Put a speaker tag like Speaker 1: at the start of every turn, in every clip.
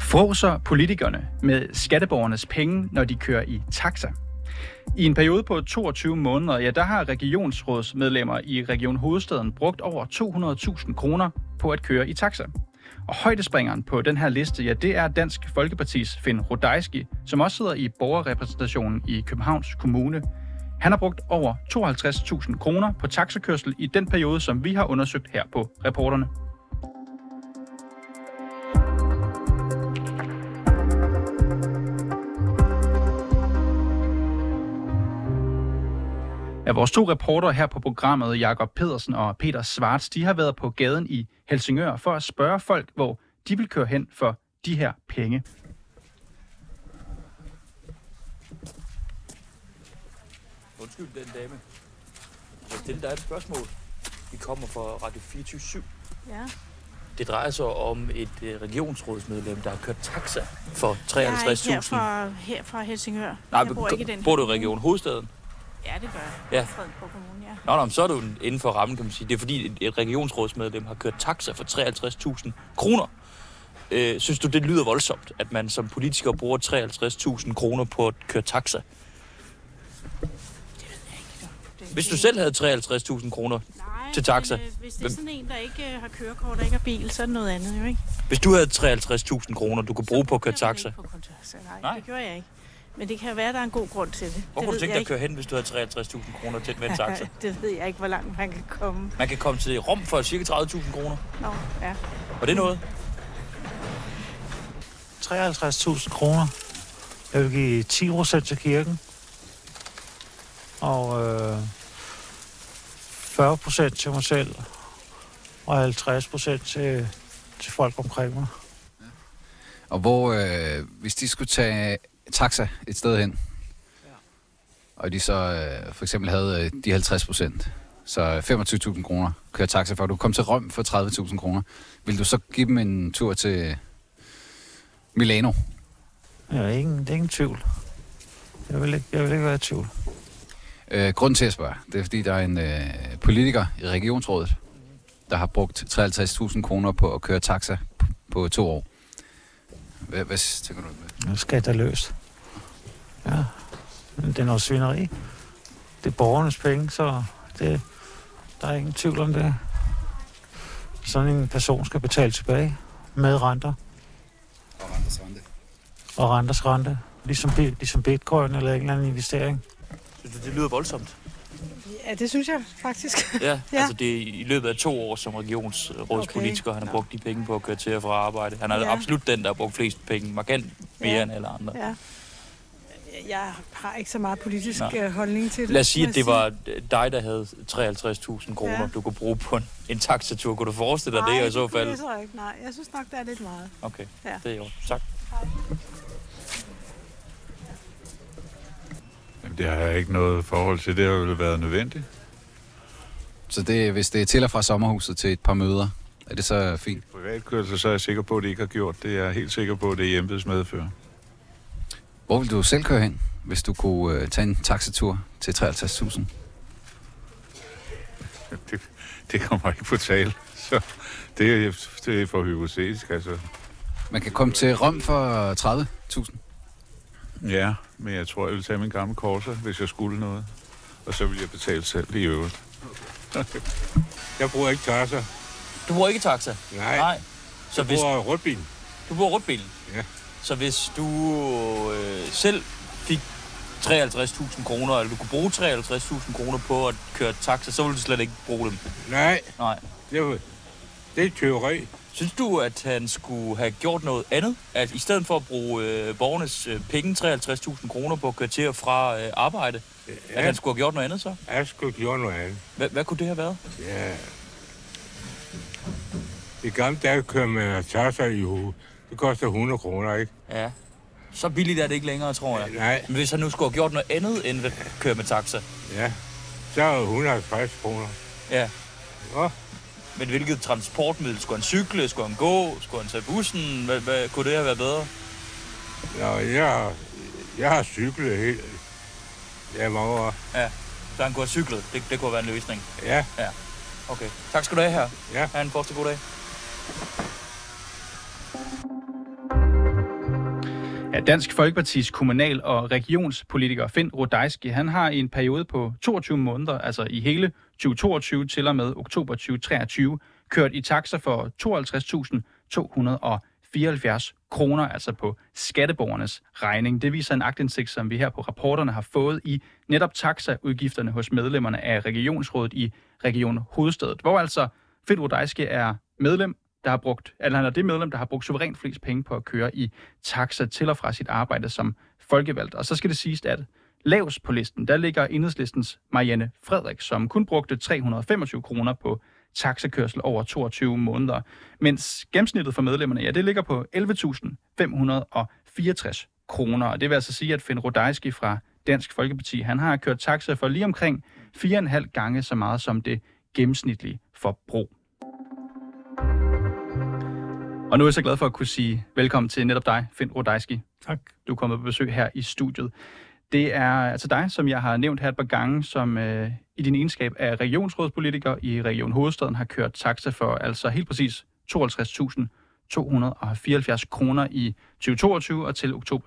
Speaker 1: Fråser politikerne med skatteborgernes penge, når de kører i taxa? I en periode på 22 måneder, der har regionsrådsmedlemmer i Region Hovedstaden brugt over 200.000 kroner på at køre i taxa. Og højdespringeren på den her liste, det er Dansk Folkepartis Finn Rodajski, som også sidder i borgerrepræsentationen i Københavns Kommune. Han har brugt over 52.000 kroner på taxakørsel i den periode, som vi har undersøgt her på Reporterne. Ja, vores to reportere her på programmet, Jakob Pedersen og Peter Svarts, de har været på gaden i Helsingør for at spørge folk, hvor de vil køre hen for de her penge.
Speaker 2: Undskyld, den dame. Jeg stiller dig et spørgsmål. Vi kommer fra Radio 24/7.
Speaker 3: Ja.
Speaker 2: Det drejer sig om et regionsrådsmedlem, der har kørt taxa for 53.000.
Speaker 3: Jeg er her fra Helsingør.
Speaker 2: Nej,
Speaker 3: jeg bor ikke i den.
Speaker 2: Bor du i Region Hovedstaden?
Speaker 3: Ja, det gør jeg.
Speaker 2: Ja.
Speaker 3: Fredensborg Kommune, ja.
Speaker 2: Nå, så er du inden for rammen, kan man sige. Det er fordi et regionsrådsmedlem har kørt taxa for 53.000 kroner. Synes du, det lyder voldsomt, at man som politiker bruger 53.000 kroner på at køre taxa? Hvis du selv havde 53.000 kroner til taxa?
Speaker 3: Men, hvis det er sådan en, der ikke har kørekort og ikke har bil, så er det noget andet jo, ikke?
Speaker 2: Hvis du havde 53.000 kroner, du kunne bruge på at køre taxa?
Speaker 3: Nej, det gjorde jeg ikke. Men det kan være, at der er en god grund til det.
Speaker 2: Hvor kunne du tænke dig at køre hen, hvis du havde 53.000 kroner til med en taxa?
Speaker 3: Det ved jeg ikke, hvor langt man kan komme.
Speaker 2: Man kan komme til Rom for ca. 30.000 kroner.
Speaker 3: Nå, ja.
Speaker 2: Og det er noget?
Speaker 4: 53.000 kroner. Jeg vil give 10% til kirken. Og 40% til mig selv. Og 50% til folk omkring mig.
Speaker 5: Og hvor, hvis de skulle tage taxa et sted hen, og de så for eksempel havde de 50%, så 25.000 kroner kører taxa for, du kom til Rom for 30.000 kroner, vil du så give dem en tur til Milano?
Speaker 4: Ja, det er ingen tvivl. Jeg vil ikke være i tvivl.
Speaker 5: Grunden til at spørge, det er fordi, der er en politiker i regionsrådet, der har brugt 53.000 kroner på at køre taxa på 2 år. Hvad tænker du med?
Speaker 4: Skatteløst. Ja, det er noget svineri. Det er borgernes penge, så der er ingen tvivl om det. Sådan en person skal betale tilbage med renter.
Speaker 5: Og renters rente.
Speaker 4: Og renters rente. Ligesom bitcoin eller en eller anden investering.
Speaker 2: Synes du, det lyder voldsomt?
Speaker 3: Ja, det synes jeg faktisk.
Speaker 2: Ja, altså det er i løbet af 2 år som regionsrådspolitiker, han har brugt de penge på at køre til og fra arbejde. Han er absolut den, der har brugt flest penge, markant mere end alle andre.
Speaker 3: Ja. Jeg har ikke så meget politisk holdning til det.
Speaker 2: Lad os sige, at det var dig, der havde 53.000 kroner, du kunne bruge på en taxatur. Kunne du forestille dig det i så fald?
Speaker 3: Nej, det tror jeg ikke. Nej, jeg synes nok, det er lidt meget.
Speaker 2: Okay, det er jo. Tak.
Speaker 3: Hej.
Speaker 6: Det har jeg ikke noget forhold til. Det har jo været nødvendigt.
Speaker 5: Så hvis det er til og fra sommerhuset til et par møder, er det så fint?
Speaker 6: Privatkørsel, så er jeg sikker på, at det ikke har gjort det. Jeg er helt sikker på, at det er embedsmedfører.
Speaker 5: Hvor vil du selv køre hen, hvis du kunne tage en taxatur til 53.000?
Speaker 6: Det kommer ikke på tale. Så det er for hypotetisk, altså.
Speaker 5: Man kan komme til Rom for 30.000?
Speaker 6: Ja, men jeg tror, jeg vil tage min gamle Corsa, hvis jeg skulle noget. Og så vil jeg betale selv i øvrigt.
Speaker 7: Jeg bruger ikke taxa.
Speaker 2: Du bruger ikke taxa?
Speaker 7: Nej.
Speaker 2: Så
Speaker 7: jeg bruger rødbilen.
Speaker 2: Du bruger rødbilen?
Speaker 7: Ja.
Speaker 2: Så hvis du selv fik 53.000 kroner, eller du kunne bruge 53.000 kroner på at køre taxa, så ville du slet ikke bruge dem?
Speaker 7: Nej. Det er teori.
Speaker 2: Synes du, at han skulle have gjort noget andet? At i stedet for at bruge borgernes penge, 53.000 kroner på at køre til og fra arbejde, at han skulle have gjort noget andet så?
Speaker 7: Jeg skulle have gjort noget andet.
Speaker 2: Hvad kunne det have været?
Speaker 7: Ja. I gamle dage kører man taxa i uge. Det koster 100 kroner, ikke?
Speaker 2: Ja. Så billigt er det ikke længere, tror jeg.
Speaker 7: Nej.
Speaker 2: Men hvis han nu skulle have gjort noget andet, end at køre med taxa?
Speaker 7: Ja. Så er det 150 kroner.
Speaker 2: Ja.
Speaker 7: Ja.
Speaker 2: Men hvilket transportmiddel? Skulle han cykle? Skulle han gå? Skulle han tage bussen? Hvad kunne det have været bedre?
Speaker 7: Ja, jeg har cyklet helt. Ja, mange år.
Speaker 2: Ja, så han kunne have cyklet. Det kunne være en løsning.
Speaker 7: Ja.
Speaker 2: Okay. Tak skal du have her.
Speaker 7: Ja.
Speaker 2: Ha' en fortsat god dag.
Speaker 1: Ja, Dansk Folkepartis kommunal- og regionspolitiker Finn Rodajski, han har i en periode på 22 måneder, altså i hele 2022 til og med oktober 2023, kørt i taxa for 52.274 kroner, altså på skatteborgernes regning. Det viser en aktindsigt, som vi her på Rapporterne har fået i netop taxa-udgifterne hos medlemmerne af Regionsrådet i Region Hovedstaden, hvor altså Finn Rodajski er medlem, der har brugt, eller han er det medlem, der har brugt suverænt flest penge på at køre i taxa til og fra sit arbejde som folkevalgt. Og så skal det siges, at lavest på listen, der ligger Enhedslistens Marianne Frederik, som kun brugte 325 kroner på taxakørsel over 22 måneder, mens gennemsnittet for medlemmerne, ja, det ligger på 11.564 kroner. Og det vil altså sige, at Finn Rodajski fra Dansk Folkeparti, han har kørt taxa for lige omkring 4,5 gange så meget som det gennemsnitlige forbrug. Og nu er jeg så glad for at kunne sige velkommen til netop dig, Finn Rodajski.
Speaker 8: Tak.
Speaker 1: Du er kommet på besøg her i studiet. Det er altså dig, som jeg har nævnt her et par gange, som i din egenskab af regionsrådspolitiker i Region Hovedstaden har kørt taxa for altså helt præcis 52.274 kroner i 2022 og til oktober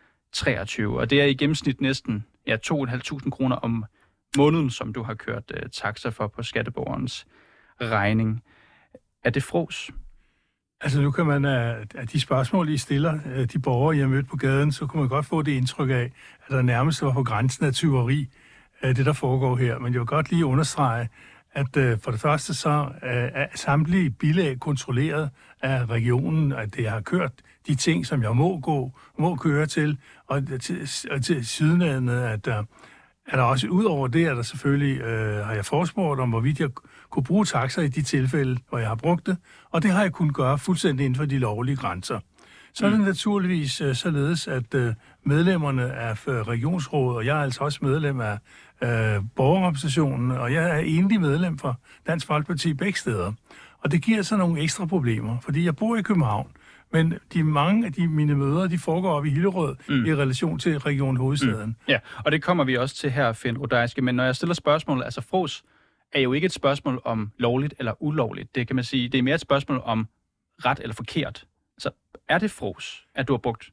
Speaker 1: 2023. Og det er i gennemsnit næsten 2.500 kroner om måneden, som du har kørt taxa for på skatteborgerens regning. Er det frås?
Speaker 8: Altså nu kan man af de spørgsmål, I stiller, de borgere, I har mødt på gaden, så kunne man godt få det indtryk af, at der nærmest var på grænsen af tyveri, det der foregår her. Men jeg vil godt lige understrege, at for det første så er samtlige bilag kontrolleret af regionen, at det har kørt de ting, som jeg må køre til, og til sidenlandet, at er der også ud over det, at der selvfølgelig har jeg forespurgt om, hvorvidt jeg kunne bruge taxer i de tilfælde, hvor jeg har brugt det, og det har jeg kunnet gøre fuldstændig inden for de lovlige grænser. Så er det naturligvis således, at medlemmerne af regionsrådet, og jeg er altså også medlem af borgerrepræsentationen, og jeg er egentlig medlem for Dansk Folkeparti begge steder. Og det giver så nogle ekstra problemer, fordi jeg bor i København, men mange af mine møder, de foregår op i Hillerød i relation til Region Hovedstaden.
Speaker 1: Ja, og det kommer vi også til her, Finn Rodajski. Men når jeg stiller spørgsmålet, altså frås er jo ikke et spørgsmål om lovligt eller ulovligt. Det kan man sige, det er mere et spørgsmål om ret eller forkert. Så er det frås, at du har brugt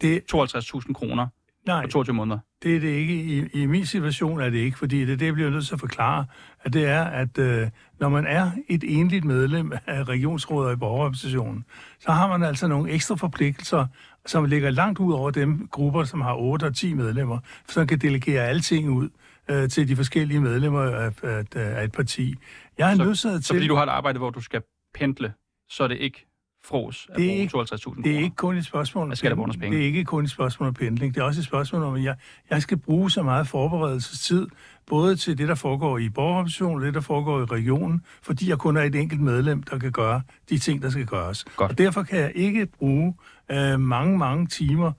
Speaker 1: 52.000 kroner på 22 måneder?
Speaker 8: Det er det ikke. I min situation er det ikke, fordi det jeg bliver nødt til at forklare, at det er, at når man er et enligt medlem af regionsrådet i borgerrepræsentationen, så har man altså nogle ekstra forpligtelser, som ligger langt ud over dem grupper, som har 8 og 10 medlemmer, som kan delegere alting ud til de forskellige medlemmer af et parti. Jeg er nødsaget til...
Speaker 1: Så fordi du har et arbejde, hvor du skal pendle, så er det ikke frås at bruge 52.000 kroner?
Speaker 8: Det er ikke kun et spørgsmål om pendling. Det er ikke kun et spørgsmål om pendling. Det er også et spørgsmål om, at jeg skal bruge så meget forberedelsestid, både til det, der foregår i borgerrepræsentationen, og det, der foregår i regionen, fordi jeg kun er et enkelt medlem, der kan gøre de ting, der skal gøres. Godt. Og derfor kan jeg ikke bruge mange timer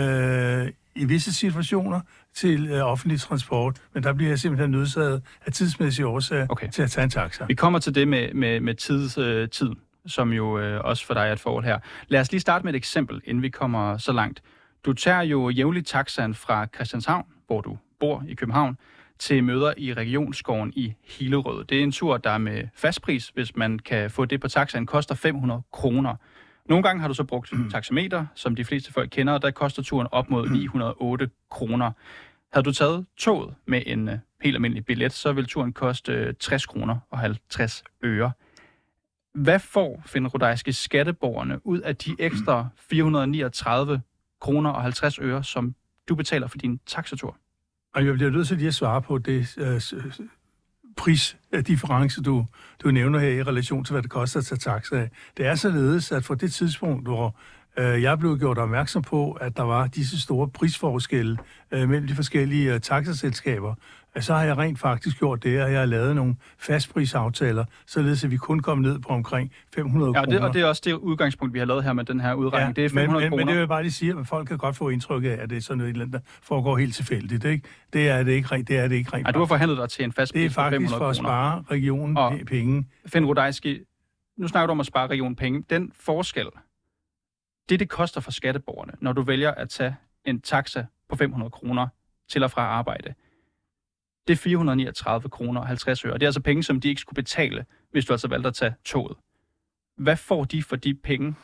Speaker 8: i visse situationer til offentlig transport, men der bliver jeg simpelthen nødsaget af tidsmæssige årsager til at tage en taxa.
Speaker 1: Vi kommer til det med tid, som jo også for dig er et forhold her. Lad os lige starte med et eksempel, inden vi kommer så langt. Du tager jo jævnligt taxaen fra Christianshavn, hvor du bor i København, til møder i Regionsgården i Hillerød. Det er en tur, der med fastpris, hvis man kan få det på taxaen, koster 500 kroner. Nogle gange har du så brugt taxameter, som de fleste folk kender, og der koster turen op mod 908 kroner. Havde du taget toget med en helt almindelig billet, så vil turen koste 60 kroner og 50 øre. Hvad får Finn Rodajski skatteborgerne ud af de ekstra 439 kroner og 50 øre, som du betaler for din taxatur?
Speaker 8: Og jeg bliver nødt til lige at svare på det prisdifference, du nævner her i relation til, hvad det koster at tage taxa. Det er således, at fra det tidspunkt, hvor jeg blev gjort opmærksom på, at der var disse store prisforskelle mellem de forskellige taxaselskaber, så har jeg rent faktisk gjort det, og jeg har lavet nogle fastprisaftaler, således at vi kun kom ned på omkring 500 kroner.
Speaker 1: Og det er også det udgangspunkt, vi har lavet her med den her udregning. Det er 500 kroner.
Speaker 8: Men det vil jeg bare lige sige, at folk kan godt få indtryk af, at det er sådan noget, der foregår helt tilfældigt. Ikke? Det er det ikke rent.
Speaker 1: Du har forhandlet dig til en fastpris på 500 kroner. Det er faktisk for at spare regionen penge. Finn Rodajski, nu snakker du om at spare regionen penge. Den forskel, det koster for skatteborgerne, når du vælger at tage en taxa på 500 kroner til og fra arbejde. Det er 439 kroner og 50 øre. Det er altså penge, som de ikke skulle betale, hvis du altså valgte at tage toget. Hvad får de for de penge,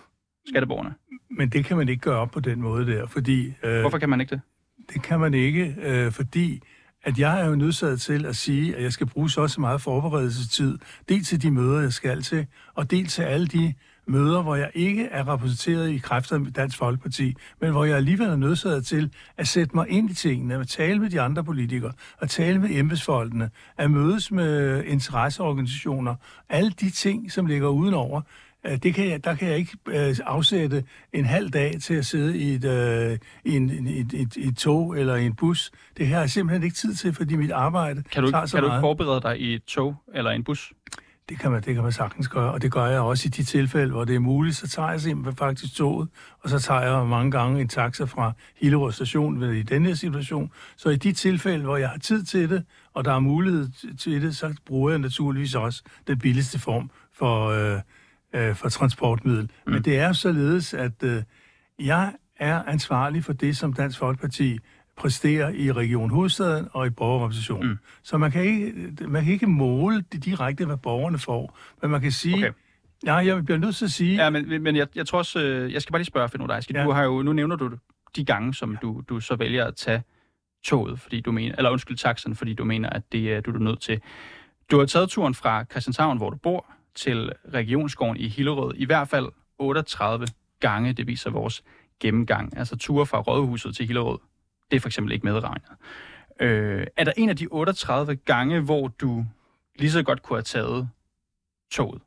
Speaker 1: skatteborgerne.
Speaker 8: Men det kan man ikke gøre op på den måde der, fordi...
Speaker 1: Hvorfor kan man ikke det?
Speaker 8: Det kan man ikke, fordi at jeg er jo nødsaget til at sige, at jeg skal bruge så meget forberedelsestid, dels til de møder, jeg skal til, og dels til alle de møder, hvor jeg ikke er repræsenteret i kraft af Dansk Folkeparti, men hvor jeg alligevel er nødsaget til at sætte mig ind i tingene, at tale med de andre politikere, at tale med embedsfolkene, at mødes med interesseorganisationer, alle de ting, som ligger udenover. Der kan jeg ikke afsætte en halv dag til at sidde i et tog eller i en bus. Det har jeg simpelthen ikke tid til, fordi mit arbejde
Speaker 1: Kan du
Speaker 8: tager så
Speaker 1: ikke
Speaker 8: meget.
Speaker 1: forberede dig i et tog eller en bus?
Speaker 8: Det kan man sagtens gøre, og det gør jeg også i de tilfælde, hvor det er muligt. Så tager jeg simpelthen faktisk toget, og så tager jeg mange gange en taxa fra Hillerød station i den her situation. Så i de tilfælde, hvor jeg har tid til det, og der er mulighed til det, så bruger jeg naturligvis også den billigste form for transportmiddel. Men det er således, at jeg er ansvarlig for det, som Dansk Folkeparti præsterer i Region Hovedstaden og i borgerrepræsentationen. Så man kan ikke måle det direkte, hvad borgerne får. Men man kan sige... Okay. Ja, jeg bliver nødt til at sige...
Speaker 1: Ja, men jeg tror også... Jeg skal bare lige spørge, Finn Oudaiski. Ja. Nu nævner du de gange, som du så vælger at tage toget, fordi du mener... Eller undskyld, taxen, fordi du mener, at det er du nødt til. Du har taget turen fra Christianshavn, hvor du bor, til Regionsgården i Hillerød. I hvert fald 38 gange, det viser vores gennemgang. Altså ture fra Rådhuset til Hillerød. Det er for eksempel ikke medregnet. Er der en af de 38 gange, hvor du lige så godt kunne have taget toget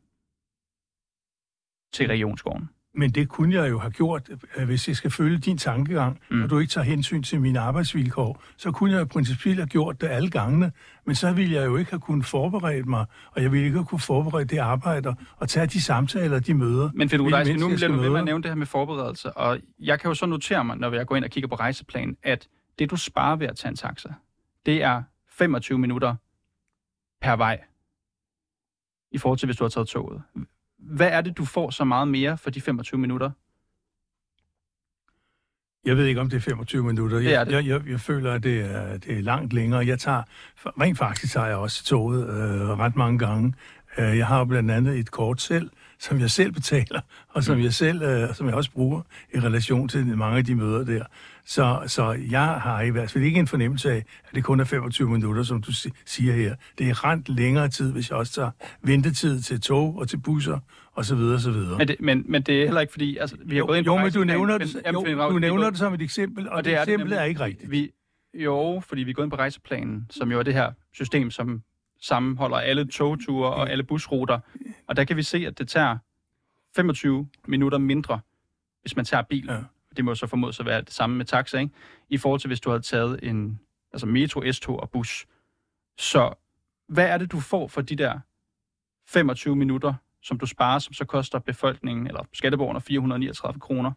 Speaker 1: til Regionsgården?
Speaker 8: Men det kunne jeg jo have gjort, hvis jeg skal følge din tankegang, og du ikke tager hensyn til mine arbejdsvilkår. Så kunne jeg jo principielt have gjort det alle gangene, men så ville jeg jo ikke have kunnet forberede mig, og jeg ville ikke have kunnet forberede det arbejde og tage de samtaler, de møder.
Speaker 1: Men Finn Oudaiski, nu bliver du ved med at nævne det her med forberedelse, og jeg kan jo så notere mig, når jeg går ind og kigger på rejseplanen, at det, du sparer ved at tage en taxa, det er 25 minutter per vej, i forhold til, hvis du har taget toget. Hvad er det, du får så meget mere for de 25 minutter?
Speaker 8: Jeg ved ikke, om det er 25 minutter. Jeg føler, at det er langt længere. Rent faktisk tager jeg også toget ret mange gange. Jeg har blandt andet et kort selv, som jeg selv betaler, og som jeg også bruger i relation til mange af de møder der. Så jeg har i hvert fald ikke en fornemmelse af, at det kun er 25 minutter, som du siger her. Det er ret længere tid, hvis jeg også tager ventetid til tog og til busser og så videre, så videre.
Speaker 1: Men det er heller ikke fordi, altså, vi har gået ind på
Speaker 8: men du nævner det som et eksempel, og det eksempel er ikke rigtigt.
Speaker 1: Fordi vi er gået ind på rejseplanen, som jo er det her system, som sammenholder alle togture og alle busruter. Og der kan vi se, at det tager 25 minutter mindre, hvis man tager bil. Ja. Det må så formodes at være det samme med taxa, ikke? I forhold til, hvis du havde taget en metro, S-tog og bus. Så hvad er det, du får for de der 25 minutter, som du sparer, som så koster befolkningen, eller skatteborgerne, 439 kroner?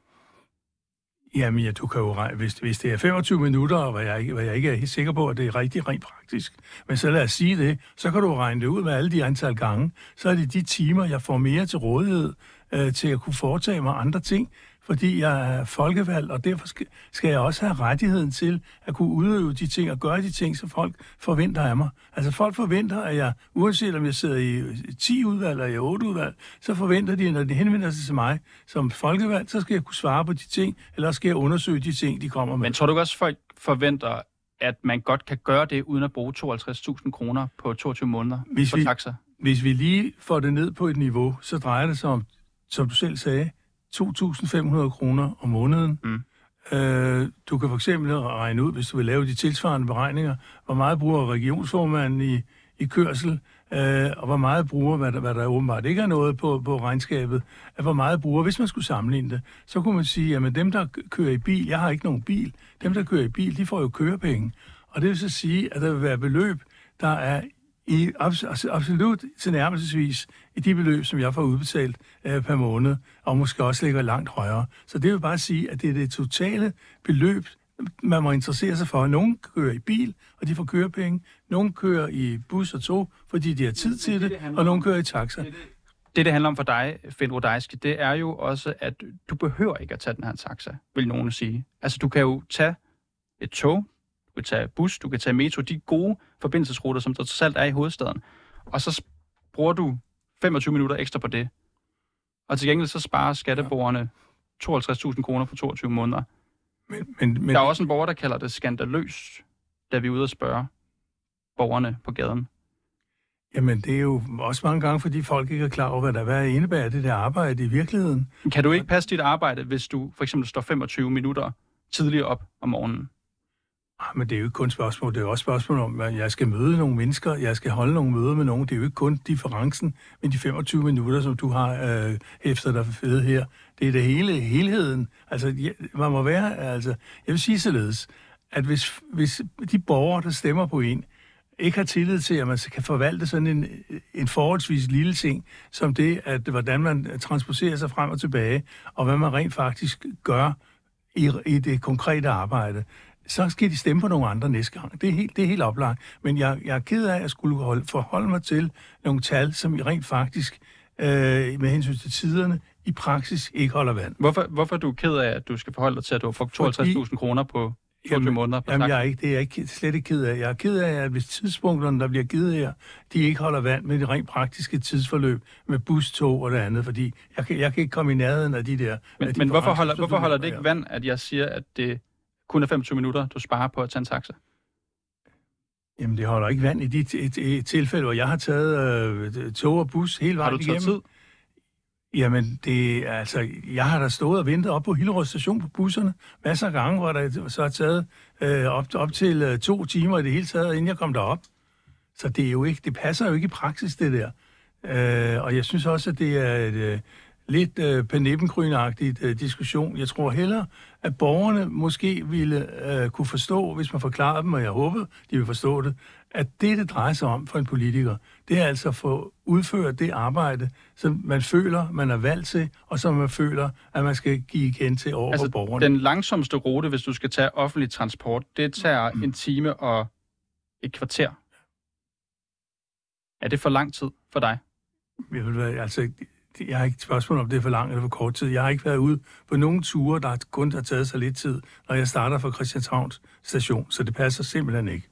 Speaker 8: Jamen, du kan jo regne, hvis det er 25 minutter, og hvad jeg ikke er helt sikker på, at det er rigtig rent praktisk. Men så lad os sige det, så kan du regne det ud med alle de antal gange. Så er det de timer, jeg får mere til rådighed til at kunne foretage mig andre ting, fordi jeg er folkevalgt, og derfor skal jeg også have rettigheden til at kunne udøve de ting og gøre de ting, som folk forventer af mig. Altså folk forventer, at jeg, uanset om jeg sidder i 10 udvalg eller i 8 udvalg, så forventer de, når de henvender sig til mig som folkevalgt, så skal jeg kunne svare på de ting, eller skal jeg undersøge de ting, de kommer med.
Speaker 1: Men tror du også, folk forventer, at man godt kan gøre det, uden at bruge 52.000 kroner på 22 måneder på taxa?
Speaker 8: Hvis vi lige får det ned på et niveau, så drejer det sig om, som du selv sagde, 2.500 kroner om måneden. Du kan for eksempel regne ud, hvis du vil lave de tilsvarende beregninger, hvor meget bruger regionsformanden i kørsel, og hvor meget bruger, hvad der åbenbart ikke er noget på regnskabet, hvor meget bruger, hvis man skulle sammenligne det, så kunne man sige, at dem, der kører i bil, jeg har ikke nogen bil, dem, der kører i bil, de får jo kørepenge. Og det vil så sige, at der vil være beløb, der er i absolut tilnærmelsesvis i de beløb, som jeg får udbetalt per måned, og måske også ligger langt højere. Så det vil bare sige, at det er det totale beløb, man må interessere sig for. Nogle kører i bil, og de får kørepenge. Nogle kører i bus og tog, fordi de har tid til det, og nogle kører i taxa.
Speaker 1: Det handler om for dig, Finn Oudaiski, det er jo også, at du behøver ikke at tage den her taxa, vil nogen sige. Altså, du kan jo tage et tog, du kan tage bus, du kan tage metro, de gode forbindelsesruter, som der trods alt er i hovedstaden. Og så bruger du 25 minutter ekstra på det. Og til gengæld så sparer skatteborgerne 52.000 kroner på 22 måneder.
Speaker 8: Men
Speaker 1: der er også en borger, der kalder det skandaløs, da vi er ude at spørge borgerne på gaden.
Speaker 8: Jamen, det er jo også mange gange, fordi folk ikke er klar over, hvad indebærer det der arbejde i virkeligheden.
Speaker 1: Kan du ikke passe dit arbejde, hvis du for eksempel står 25 minutter tidligere op om morgenen?
Speaker 8: Men det er jo ikke kun spørgsmål. Det er jo også spørgsmål om, at jeg skal møde nogle mennesker, jeg skal holde nogle møder med nogen. Det er jo ikke kun differencen med de 25 minutter, som du har efter dig ved her. Det er det helheden. Altså, man må være, altså, jeg vil sige således, at hvis de borgere, der stemmer på en, ikke har tillid til, at man kan forvalte sådan en forholdsvis lille ting, som det, at hvordan man transporterer sig frem og tilbage, og hvad man rent faktisk gør i det konkrete arbejde, så skal de stemme på nogle andre næste gang. Det er helt oplagt. Men jeg er ked af, at jeg skulle forholde mig til nogle tal, som rent faktisk, med hensyn til tiderne, i praksis ikke holder vand.
Speaker 1: Hvorfor er du ked af, at du skal forholde dig til, at du har fået 52.000 kroner på 22 måneder?
Speaker 8: Jamen, det er jeg slet ikke ked af. Jeg er ked af, at hvis tidspunkterne, der bliver givet her, de ikke holder vand med det rent praktiske tidsforløb, med bus, tog og det andet, fordi jeg kan ikke komme i nærheden af de der...
Speaker 1: Men hvorfor holder det ikke vand, at jeg siger, at det kun er 25 minutter, du sparer på at tage en taxa?
Speaker 8: Jamen, det holder ikke vand i de tilfælde, hvor jeg har taget tog og bus hele vejen igennem.
Speaker 1: Har du taget tid?
Speaker 8: Jamen, jeg har da stået og ventet op på Hillerød station på busserne masser af gange, hvor der så har taget op til 2 timer i det hele taget, inden jeg kom derop. Så det er jo ikke, det passer jo ikke i praksis, det der. Og jeg synes også, at det er et lidt pernippengrynagtigt diskussion. Jeg tror hellere, at borgerne måske ville kunne forstå, hvis man forklarer dem, og jeg håber, de vil forstå det, at det drejer sig om for en politiker, det er altså at få udført det arbejde, som man føler, man er valgt til, og som man føler, at man skal give igen til over for borgerne.
Speaker 1: Den langsomste rute, hvis du skal tage offentlig transport, det tager 1 time og et kvarter. Er det for lang tid for dig?
Speaker 8: Jeg har ikke et spørgsmål om det er for lang eller for kort tid. Jeg har ikke været ude på nogen ture, der kun har taget så lidt tid, når jeg starter fra Christianshavns station, så det passer simpelthen ikke.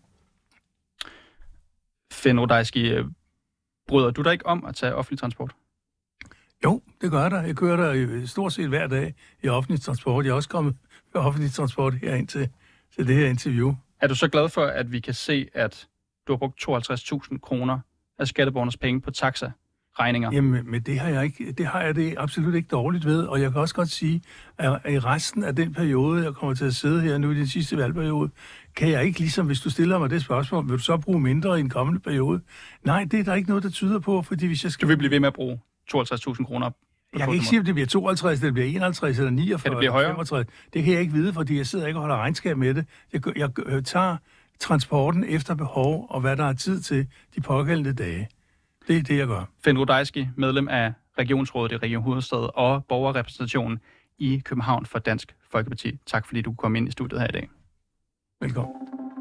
Speaker 1: Finn Rudaisky, bryder du dig ikke om at tage offentlig transport?
Speaker 8: Jo, det gør jeg. Jeg kører der stort set hver dag i offentlig transport. Jeg er også kommet med offentlig transport herind til det her interview.
Speaker 1: Er du så glad for, at vi kan se, at du har brugt 52.000 kroner af skatteborgernes penge på taxa-regninger?
Speaker 8: Jamen, men det har jeg det absolut ikke dårligt ved, og jeg kan også godt sige, at i resten af den periode, jeg kommer til at sidde her nu i den sidste valgperiode, kan jeg ikke ligesom, hvis du stiller mig det spørgsmål, vil du så bruge mindre i en kommende periode? Nej, det er der ikke noget, der tyder på, fordi hvis jeg skal...
Speaker 1: Du vil blive ved med at bruge 52.000 kroner?
Speaker 8: Jeg kan ikke sige, om det bliver 52, eller det bliver 51, eller 49,
Speaker 1: det bliver
Speaker 8: eller 35. Det kan jeg ikke vide, fordi jeg sidder ikke og holder regnskab med det. Jeg tager transporten efter behov, og hvad der er tid til de pågældende dage. Det er det, jeg gør.
Speaker 1: Finn Rudaisky, medlem af Regionsrådet i Region Hovedstaden og borgerrepræsentationen i København for Dansk Folkeparti. Tak fordi du kom ind i studiet her i dag.
Speaker 8: Velkommen.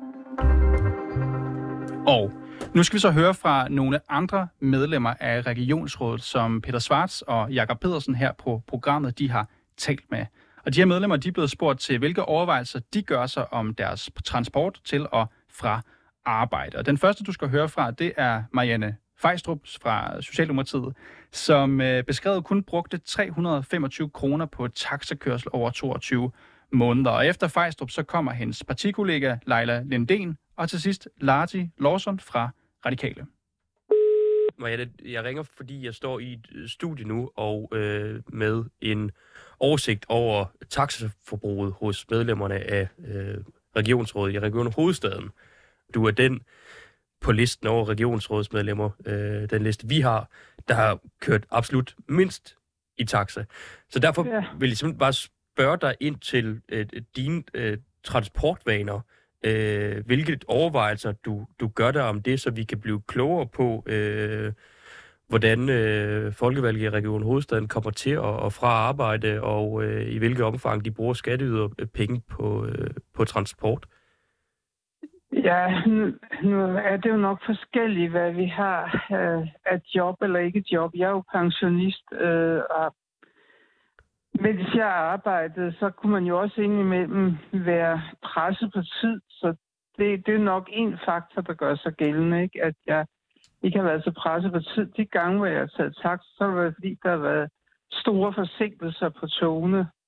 Speaker 1: Og nu skal vi så høre fra nogle andre medlemmer af Regionsrådet, som Peter Schwartz og Jakob Pedersen her på programmet, de har talt med. Og de her medlemmer, de er blevet spurgt til, hvilke overvejelser de gør sig om deres transport til og fra arbejde. Og den første, du skal høre fra, det er Marianne Fejstrup fra Socialdemokratiet, som beskrevet kun brugte 325 kroner på taxakørsel over 22 måneder. Og efter Fejstrup, så kommer hendes partikollega Leila Lindén, og til sidst Larti Lawson fra Radikale.
Speaker 9: Jeg ringer, fordi jeg står i et studie nu og med en oversigt over taxaforbruget hos medlemmerne af Regionsrådet i Region Hovedstaden. Du er den på listen over regionsrådsmedlemmer, den liste vi har, der har kørt absolut mindst i taxa. Så derfor vil jeg simpelthen bare spørge dig ind til dine transportvaner. Hvilke overvejelser du gør dig om det, så vi kan blive klogere på, hvordan folkevalget i Region Hovedstaden kommer til og fra arbejde, og i hvilket omfang de bruger skatteyder penge på transport.
Speaker 10: Ja, nu er det jo nok forskelligt, hvad vi har af job eller ikke job. Jeg er jo pensionist, og mens jeg arbejdede, så kunne man jo også indimellem være presset på tid. Så det er nok en faktor, der gør sig gældende, ikke? At jeg ikke har været så presset på tid. De gange, hvor jeg har taget taxa, så var det fordi, der har været store forsinkelser på togene.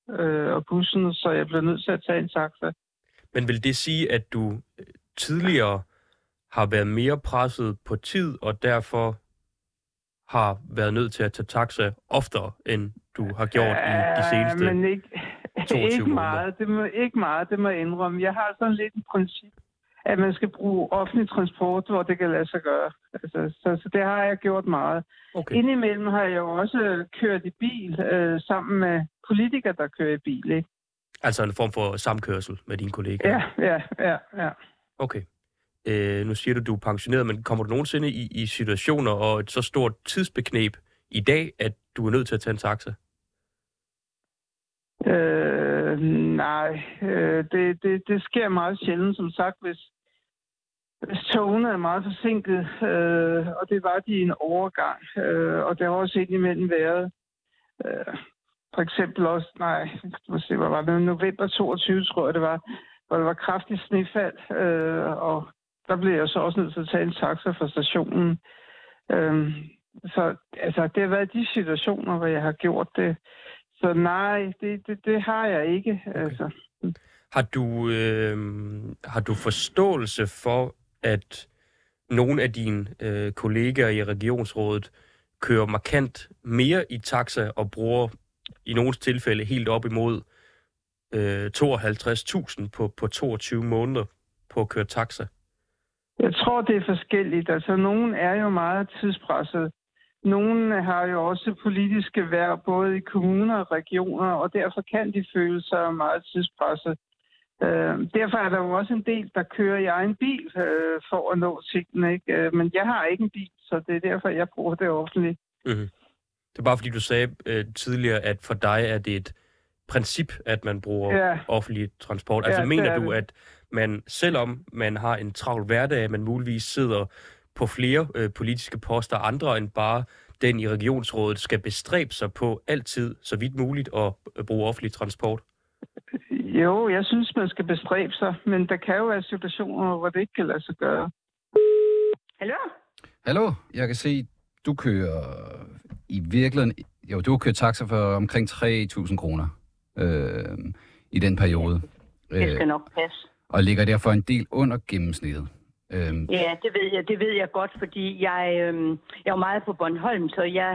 Speaker 10: og bussen, så jeg blev nødt til at tage en taxa.
Speaker 9: Men vil det sige, at du tidligere har været mere presset på tid, og derfor har været nødt til at tage taxa oftere, end du har gjort i de seneste
Speaker 10: men ikke
Speaker 9: 22
Speaker 10: måneder? Ikke meget, det må jeg indrømme. Jeg har sådan lidt et princip, at man skal bruge offentlig transport, hvor det kan lade sig gøre. Altså, så det har jeg gjort meget.
Speaker 9: Okay.
Speaker 10: Indimellem har jeg jo også kørt i bil sammen med politikere, der kører i bil, ikke?
Speaker 9: Altså en form for samkørsel med dine kollegaer?
Speaker 10: Ja.
Speaker 9: Okay. Nu siger du er pensioneret, men kommer du nogensinde i situationer og et så stort tidsbekneb i dag, at du er nødt til at tage en taxa?
Speaker 10: Nej, det sker meget sjældent. Som sagt, hvis togene er meget forsinket, og det var de i en overgang, og det har også indimellem været, for eksempel også, hvad var det, november 22, tror jeg det var, hvor der var kraftigt snefald, og der blev jeg så også nødt til at tage en taxa fra stationen. Så altså, det har været de situationer, hvor jeg har gjort det. Så nej, det har jeg ikke. Okay. Altså.
Speaker 9: Har du forståelse for, at nogle af dine kollegaer i regionsrådet kører markant mere i taxa og bruger i nogle tilfælde helt op imod 52.000 på 22 måneder på at køre taxa?
Speaker 10: Jeg tror, det er forskelligt. Altså, nogen er jo meget tidspresset. Nogle har jo også politiske hverv, både i kommuner og regioner, og derfor kan de føle sig meget tidspresset. Derfor er der jo også en del, der kører i egen bil for at nå tingene, ikke? Men jeg har ikke en bil, så det er derfor, jeg bruger det offentligt.
Speaker 9: Mm-hmm. Det er bare fordi, du sagde tidligere, at for dig er det et princip, at man bruger offentlig transport. Altså mener du, at man, selvom man har en travl hverdag, man muligvis sidder på flere politiske poster andre end bare den i regionsrådet, skal bestræbe sig på altid, så vidt muligt, at bruge offentlig transport?
Speaker 10: Jo, jeg synes, man skal bestræbe sig, men der kan jo være situationer, hvor det ikke kan lade sig gøre.
Speaker 5: Hallo, jeg kan se, du kører i virkeligheden... Jo, du har kørt taxa for omkring 3.000 kroner i den periode.
Speaker 11: Det skal nok passe.
Speaker 5: Og ligger derfor en del under gennemsnittet.
Speaker 11: Ja, det ved jeg godt, fordi jeg er jo meget på Bornholm, så jeg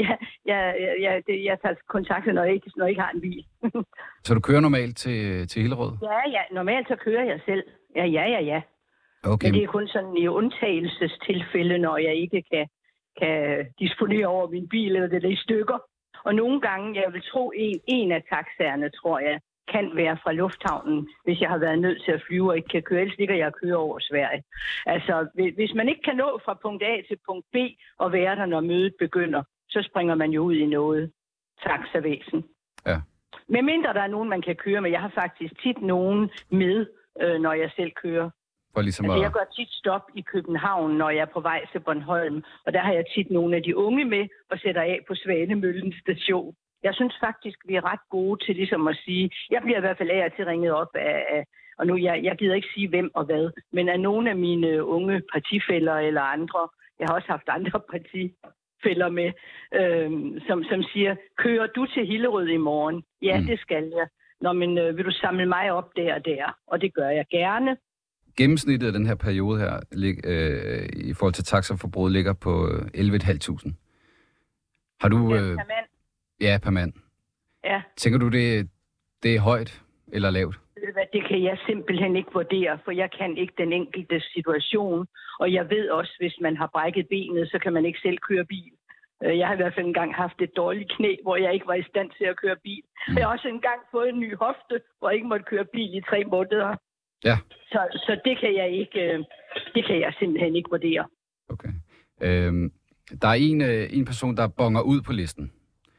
Speaker 11: tager kontakt, når jeg ikke har en bil.
Speaker 5: Så du kører normalt til Hillerød?
Speaker 11: Ja, normalt så kører jeg selv. Ja.
Speaker 5: Okay.
Speaker 11: Men det er kun sådan i undtagelsestilfælde, når jeg ikke kan disponere over min bil, eller det er i stykker. Og nogle gange, jeg vil tro, en af taxaerne, tror jeg, kan være fra lufthavnen, hvis jeg har været nødt til at flyve og ikke kan køre. Ellers ligger jeg og kører over Sverige. Altså, hvis man ikke kan nå fra punkt A til punkt B og være der, når mødet begynder, så springer man jo ud i noget taxavæsen.
Speaker 5: Ja.
Speaker 11: Med mindre der er nogen, man kan køre med. Jeg har faktisk tit nogen med, når jeg selv kører.
Speaker 5: Ligesom
Speaker 11: jeg gør tit stop i København, når jeg er på vej til Bornholm. Og der har jeg tit nogle af de unge med og sætter af på Svanemøllen station. Jeg synes faktisk, vi er ret gode til ligesom at sige, jeg bliver i hvert fald af til ringet op af og nu jeg gider ikke sige hvem og hvad, men af nogle af mine unge partifæller eller andre, jeg har også haft andre partifæller med, som siger, kører du til Hillerød i morgen? Ja, det skal jeg. Nå, men vil du samle mig op der og der? Og det gør jeg gerne.
Speaker 5: Gennemsnittet af den her periode her, i forhold til taxaforbruget, ligger på 11.500. Har du...
Speaker 11: per mand?
Speaker 5: Ja, per mand.
Speaker 11: Ja.
Speaker 5: Tænker du, det er højt eller lavt?
Speaker 11: Det kan jeg simpelthen ikke vurdere, for jeg kan ikke den enkelte situation. Og jeg ved også, hvis man har brækket benet, så kan man ikke selv køre bil. Jeg har i hvert fald engang haft et dårligt knæ, hvor jeg ikke var i stand til at køre bil. Jeg har også engang fået en ny hofte, hvor jeg ikke måtte køre bil i 3 måneder.
Speaker 5: Ja.
Speaker 11: Så det kan jeg ikke. Det kan jeg simpelthen ikke vurdere.
Speaker 5: Okay. Der er en person, der bonger ud på listen.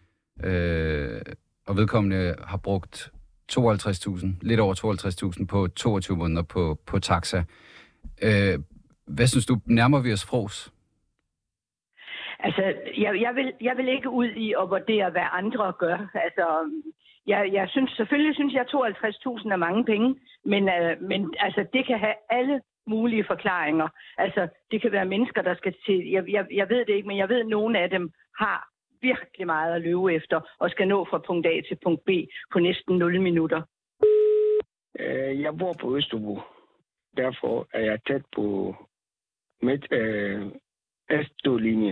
Speaker 5: Og vedkommende har brugt 52.000, lidt over 52.000 på 22 måneder på taxa. Hvad synes du, nærmer vi os frås?
Speaker 11: Altså, jeg vil ikke ud i at vurdere, hvad andre gør. Altså, selvfølgelig synes jeg, 52.000 er mange penge, men altså, det kan have alle mulige forklaringer. Altså, det kan være mennesker, der skal til... Jeg ved det ikke, men jeg ved, at nogle af dem har virkelig meget at løbe efter, og skal nå fra punkt A til punkt B på næsten 0 minutter.
Speaker 12: Jeg bor på Østerbro. Derfor er jeg tæt på S2-linje.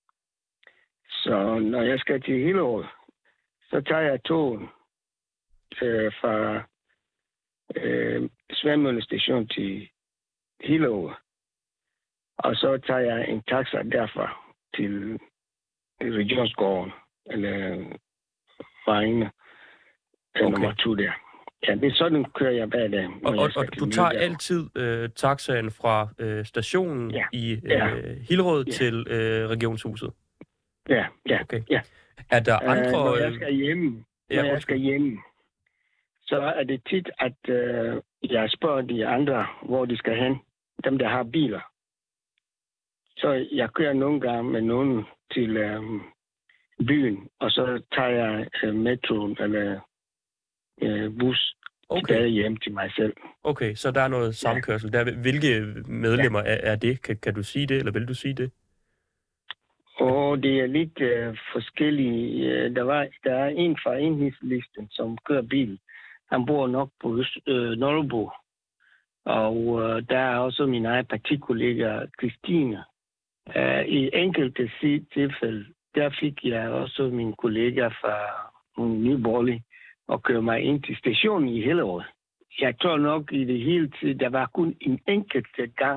Speaker 12: Så når jeg skal til Hillerød, så tager jeg togen fra Sværmølle station til Hillerød. Og så tager jeg en taxa derfra til Regionsgården, eller Vejene, nummer 2 der. Ja, det er sådan, kører jeg hver dag.
Speaker 9: Og du tager altid taxaen fra stationen i Hillerød til Regionshuset?
Speaker 12: Ja.
Speaker 9: Okay. Er der andre...
Speaker 12: Når jeg skal hjem, så er det tit, at jeg spørger de andre, hvor de skal hen. Dem, der har biler. Så jeg kører nogle gange med nogen til byen, og så tager jeg metroen eller bus tilbage hjem til mig selv.
Speaker 9: Okay, så der er noget samkørsel der. Hvilke medlemmer er det? Kan du sige det, eller vil du sige det?
Speaker 12: Det er lidt forskellige. Der er en fra Enhedslisten, som kører bil. Han bor nok på Nørrebro. Og der er også min egen partikollega, Christine. I enkelte tilfælde, der fik jeg også min kollega fra Nye Borgerlige og køre mig ind til stationen i Hillerød. Jeg tror nok i det hele tid, der var kun en enkelt gang,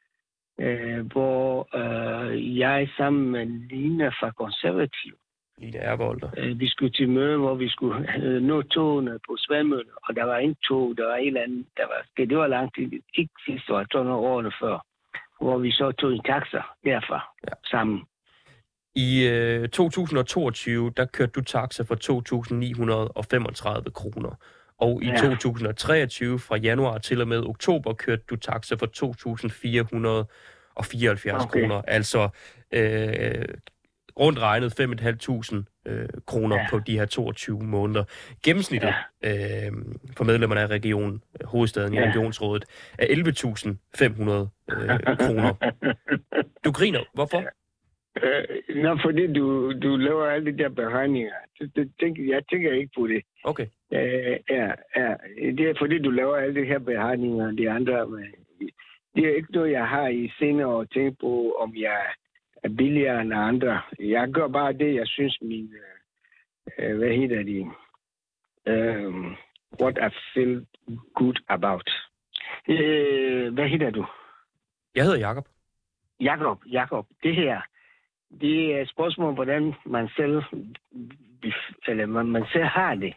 Speaker 12: hvor jeg sammen med Lina fra Konservativ.
Speaker 9: Lina Ervolder.
Speaker 12: Vi skulle til møde, hvor vi skulle nå togene på Sværmølle, og der var en tog, der var en eller anden, det var lang tid, ikke sidste år, 200 årene før, hvor vi så tog en taxa derfra sammen.
Speaker 9: I 2022, der kørte du taxa for 2.935 kroner. Og i 2023, fra januar til og med oktober, kørte du taxa for 2.474 kroner. Altså rundt regnet 5.500 kroner på de her 22 måneder. Gennemsnittet for medlemmerne af regionen, hovedstaden i regionsrådet, er 11.500 kroner. Du griner. Hvorfor?
Speaker 12: Fordi du laver alle de der beregninger. Jeg tænker ikke på det.
Speaker 9: Okay.
Speaker 12: Det er fordi, du laver alle de her beregninger, de andre. Det er ikke noget, jeg har i sinde at tænke på, om jeg er billigere end andre. Jeg gør bare det, jeg synes, min... hvad hedder det? What I feel good about. Hvad hedder du?
Speaker 9: Jeg hedder Jakob.
Speaker 12: Jakob. Det her... Det er et spørgsmål, hvordan man selv har det.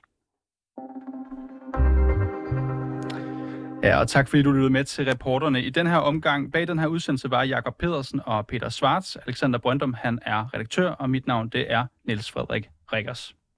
Speaker 1: Ja, og tak fordi du lyttede med til reporterne. I den her omgang, bag den her udsendelse, var Jakob Pedersen og Peter Schwartz. Alexander Brøndum, han er redaktør, og mit navn, det er Niels Frederik Rikkers.